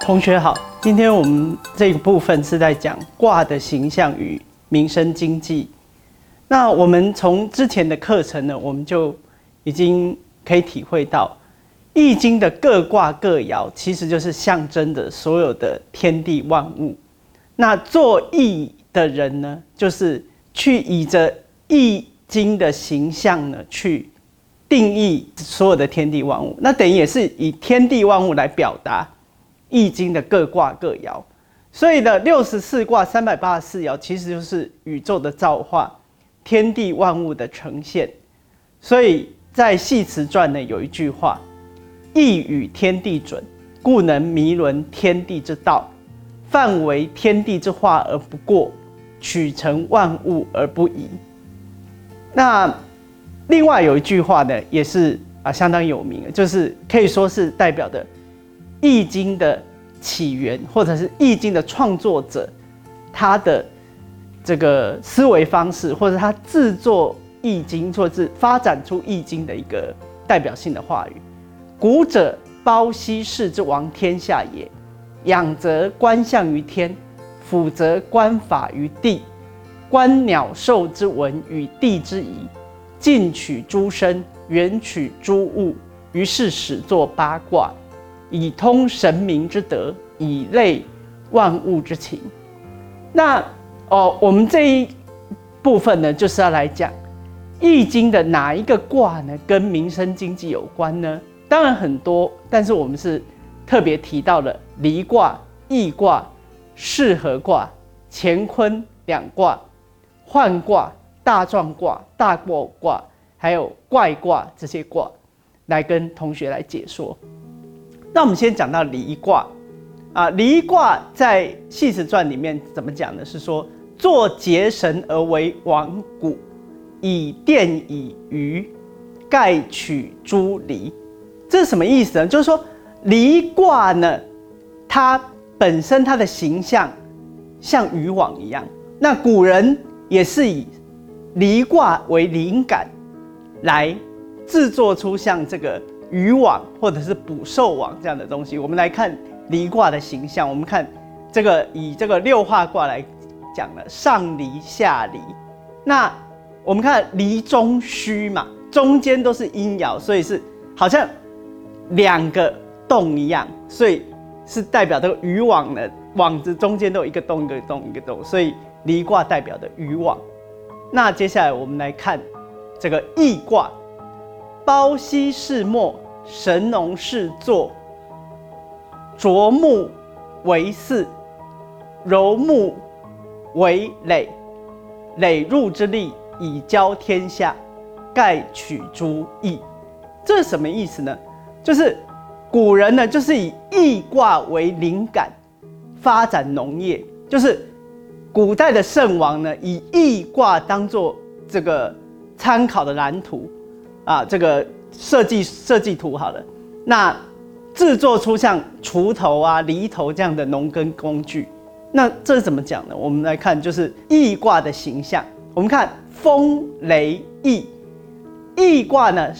同学好，今天我们这个部分是在讲卦的形象与民生经济。那我们从之前的课程呢，我们就已经可以体会到，《易经》的各卦各爻其实就是象征着所有的天地万物。那做易的人呢，就是去以着《易经》的形象呢，去定义所有的天地万物。那等于也是以天地万物来表达易经的各卦各爻，所以呢，64卦384爻其实就是宇宙的造化，天地万物的呈现。所以在《系辞传》呢有一句话：“易与天地准，故能弥纶天地之道，范为天地之化而不过，取成万物而不移。”那另外有一句话呢，也是相当有名的，就是可以说是代表的易经的起源，或者是易经的创作者，他的这个思维方式，或者他制作易经，或者是发展出易经的一个代表性的话语。古者包羲氏之王天下也，仰则观象于天，俯则观法于地，观鸟兽之文与地之宜，近取诸生，远取诸物，于是始作八卦，以通神明之德，以类万物之情。那我们这一部分呢，就是要来讲《易经》的哪一个卦呢，跟民生经济有关呢？当然很多，但是我们是特别提到了离卦、易卦、巳合卦、乾坤两卦、巽卦、大壮卦、大过卦，还有怪卦这些卦，来跟同学来解说。那我们先讲到离卦离卦在《系辞传》里面怎么讲呢？是说作结绳而为王谷，以电以鱼，盖取诸离。这是什么意思呢？就是说离卦呢，它本身它的形象像渔网一样。那古人也是以离卦为灵感，来制作出像这个渔网或者是捕兽网这样的东西。我们来看离卦的形象，我们看这个以这个六化卦来讲了，上离下离。那我们看离中虚嘛，中间都是阴爻，所以是好像两个洞一样，所以是代表这个渔网的网子中间都有一个洞一个洞一个洞，所以离卦代表的渔网。那接下来我们来看这个易卦，包羲氏墨，神农氏作，琢木为耜，揉木为耒，耒襦之利，以交天下，盖取诸易。这是什么意思呢？就是古人呢，就是以易卦为灵感发展农业，就是古代的圣王呢，以易卦当作这个参考的蓝图这个设计图好了，那制作出像锄头犁头这样的农耕工具。那这是怎么讲呢？我们来看就是易卦的形象。我们看风雷易，易卦呢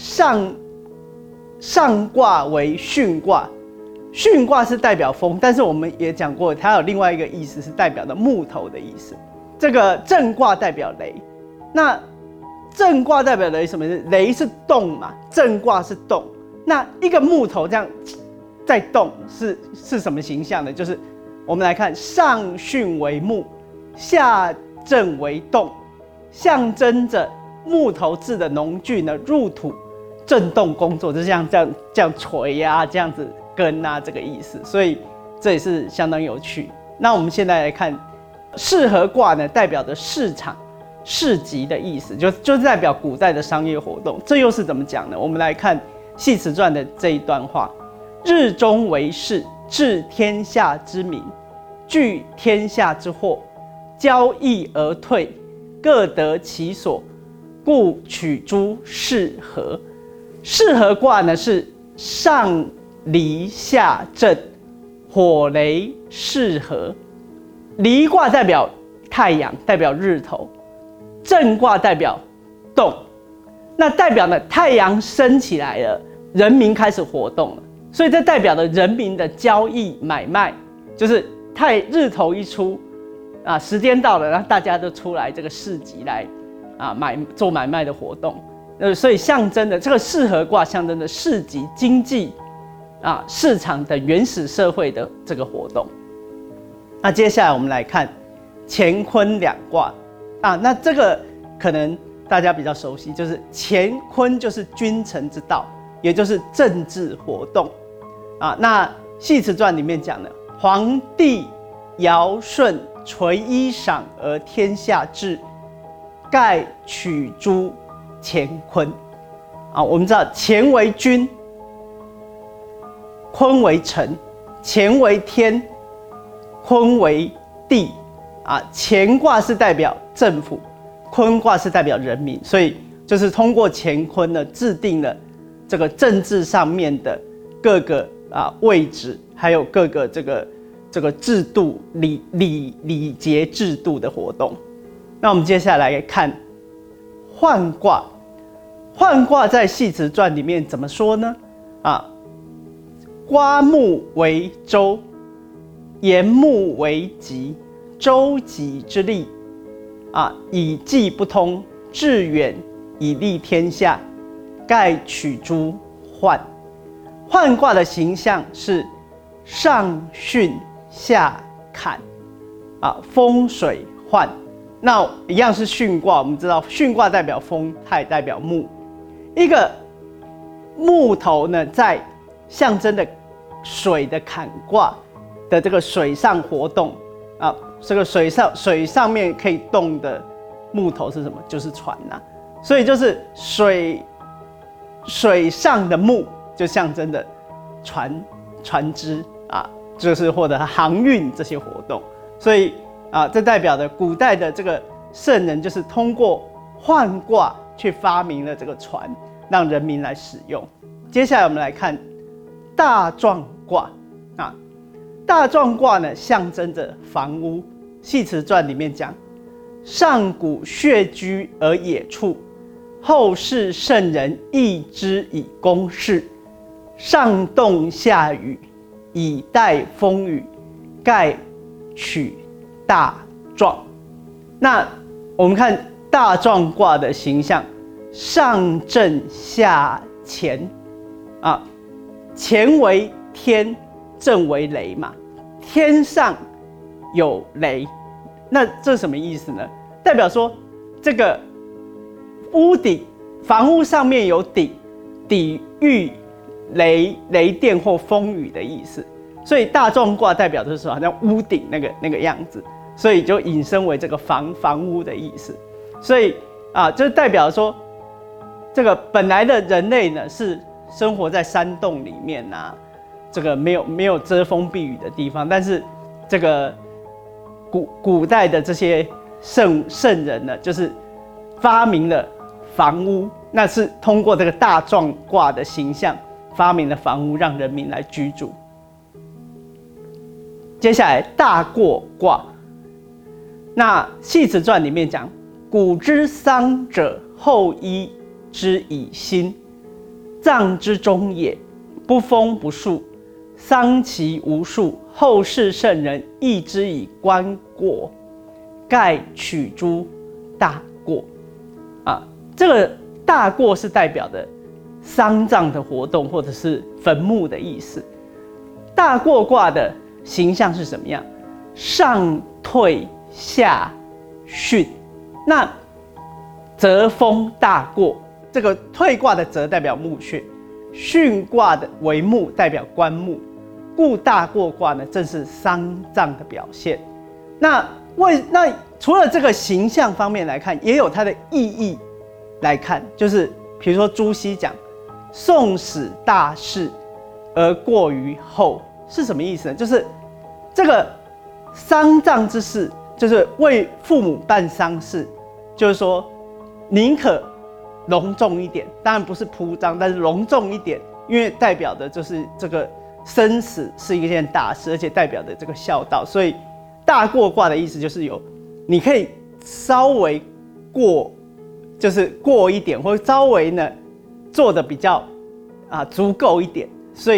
上卦为巽卦，巽卦是代表风，但是我们也讲过，它有另外一个意思是代表的木头的意思。这个震卦代表雷，那震卦代表雷什么？雷是动嘛，震卦是动。那一个木头这样在动是什么形象呢？就是我们来看上巽为木，下震为动，象征着木头制的农具呢入土震动工作，就像这样锤这样子根这个意思。所以这也是相当有趣。那我们现在来看巳合卦呢，代表着市场市集的意思，就是代表古代的商业活动。这又是怎么讲呢？我们来看《系辞传》的这一段话：日中为市，治天下之民，聚天下之货，交易而退，各得其所，故取诸巳合。巳合卦呢是上离下震，火雷巳合。离卦代表太阳，代表日头；震卦代表动。那代表呢，太阳升起来了，人民开始活动了。 所以这代表了人民的交易买卖，就是日头一出啊，时间到了，让大家都出来这个市集来啊做买卖的活动。所以象征的这个巳合卦象征的市集经济啊市场的原始社会的这个活动。那接下来我们来看乾坤两卦啊，那这个可能大家比较熟悉，就是乾坤就是君臣之道，也就是政治活动啊。那《系辞传》里面讲的，皇帝尧舜垂衣裳而天下治，盖取诸乾坤啊。我们知道乾为君，坤为臣，乾为天，坤为地啊。乾卦是代表政府，坤卦是代表人民，所以就是通过乾坤呢，制定了这个政治上面的各个位置，还有各个这个制度礼节制度的活动。那我们接下来看涣卦，涣卦在《系辞传》里面怎么说呢？啊，刮木为舟，沿木为棘，舟棘之利啊，以济不通，致远以利天下，盖取诸涣。涣卦的形象是上巽下坎啊，风水涣。那一样是巽卦，我们知道巽卦代表风，它也代表木。一个木头呢，在象征的水的坎卦的这个水上活动啊，这个水上面可以动的木头是什么？就是船呐。所以就是水上的木，就象征的船只啊，就是或者航运这些活动。所以啊，这代表的古代的这个圣人，就是通过涣卦去发明了这个船，让人民来使用。接下来我们来看大壮卦啊，大壮卦呢象征着房屋。《系辞传》里面讲，上古穴居而野处，后世圣人易之以公事，上动下雨，以待风雨，盖取大壮。那我们看大壮卦的形象，上震下乾啊，乾为天，震为雷嘛，天上有雷，那这什么意思呢？代表说这个屋顶房屋上面有顶，抵御雷电或风雨的意思。所以大壮卦代表就是好像屋顶那个样子，所以就引申为这个房屋的意思。所以啊，就代表说，这个本来的人类呢是生活在山洞里面啊，这个没有遮风避雨的地方，但是这个古代的这些圣人呢，就是发明了房屋，那是通过这个大壮卦的形象发明了房屋，让人民来居住。接下来大过卦，那《系辞传》里面讲，古之丧者，后医之以辛，葬之终也，不封不树，丧其无数，后世圣人易之以棺椁，盖取诸大过啊。这个大过是代表的丧葬的活动，或者是坟墓的意思。大过卦的形象是什么样？上退下巽，那泽风大过。这个退卦的泽代表墓穴，巽卦的为木代表棺木，故大过卦呢正是丧葬的表现。那除了这个形象方面来看，也有它的意义来看，就是比如说朱熹讲宋史大事而过于后，是什么意思呢？就是这个丧葬之事，就是为父母办丧事，就是说宁可隆重一点，当然不是铺张，但是隆重一点，因为代表的就是这个生死是一件大事，而且代表的这个孝道。所以大过卦的意思就是你可以稍微就是过一点，或者稍微呢做的比较足够一点，所以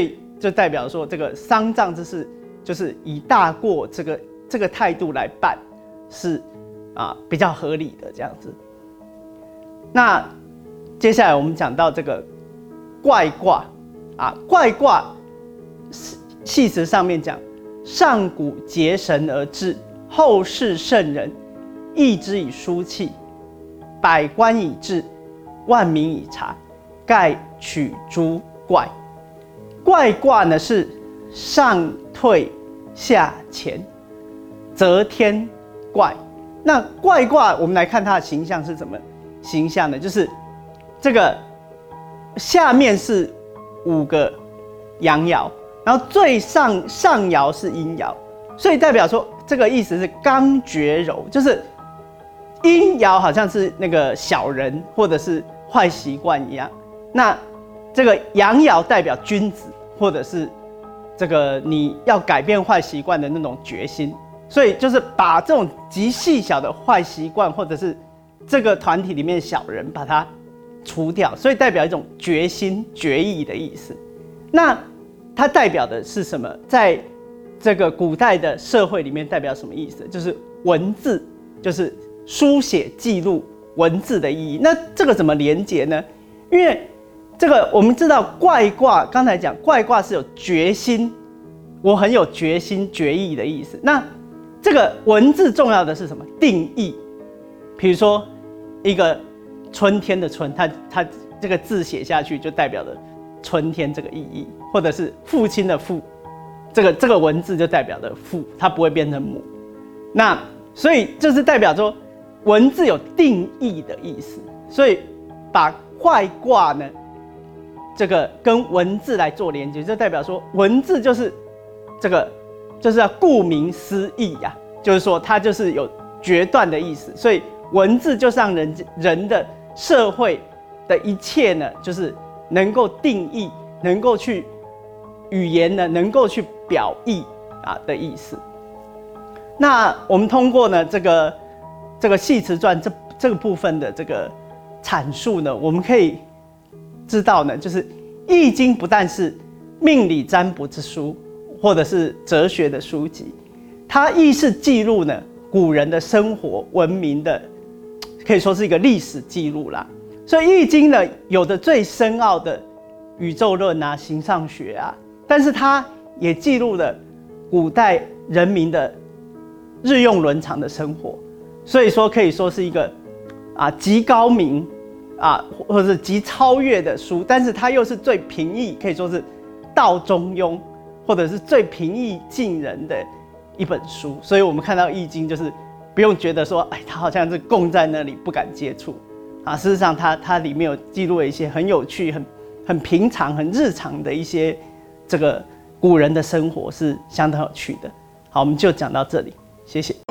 就代表说这个丧葬之事就是以大过这个态度来办，是比较合理的这样子。那接下来我们讲到这个怪卦怪卦系辞上面讲，上古结神而至，后世圣人易之以书契，百官以治，万民以察，盖取诸怪。怪卦呢是上退下乾，则天怪。那怪卦我们来看它的形象是什么形象呢？就是这个下面是5个阳爻，然后最上爻是阴爻，所以代表说这个意思是刚决柔，就是阴爻好像是那个小人或者是坏习惯一样，那这个阳爻代表君子，或者是这个你要改变坏习惯的那种决心，所以就是把这种极细小的坏习惯，或者是这个团体里面的小人把它除掉，所以代表一种决心决意的意思。那它代表的是什么？在这个古代的社会里面代表什么意思？就是文字，就是书写记录文字的意义。那这个怎么连结呢？因为这个我们知道怪卦，刚才讲怪卦是有决心，我很有决心决意的意思。那这个文字重要的是什么？定义。比如说一个春天的春，它这个字写下去就代表了春天这个意义，或者是父亲的父，这个文字就代表了父，它不会变成母。那所以就是代表说文字有定义的意思，所以把怪卦呢这个跟文字来做连接，就代表说文字就是这个就是要顾名思义呀，就是说它就是有决断的意思，所以文字就让人的社会的一切呢，就是能够定义，能够去语言呢，能够去表意的意思。那我们通过呢这个系辞传这个部分的这个阐述呢，我们可以知道呢，就是《易经》不但是命理占卜之书，或者是哲学的书籍，它亦是记录呢古人的生活文明的，可以说是一个历史记录啦。所以《易经》呢有着最深奥的宇宙论形上学但是它也记录了古代人民的日用伦常的生活，所以说可以说是一个极高明或者是极超越的书，但是它又是最平易，可以说是道中庸，或者是最平易近人的一本书。所以我们看到《易经》，就是不用觉得说，它好像是供在那里不敢接触事实上它里面有记录了一些很有趣、很平常、很日常的一些这个古人的生活，是相当有趣的。好，我们就讲到这里，谢谢。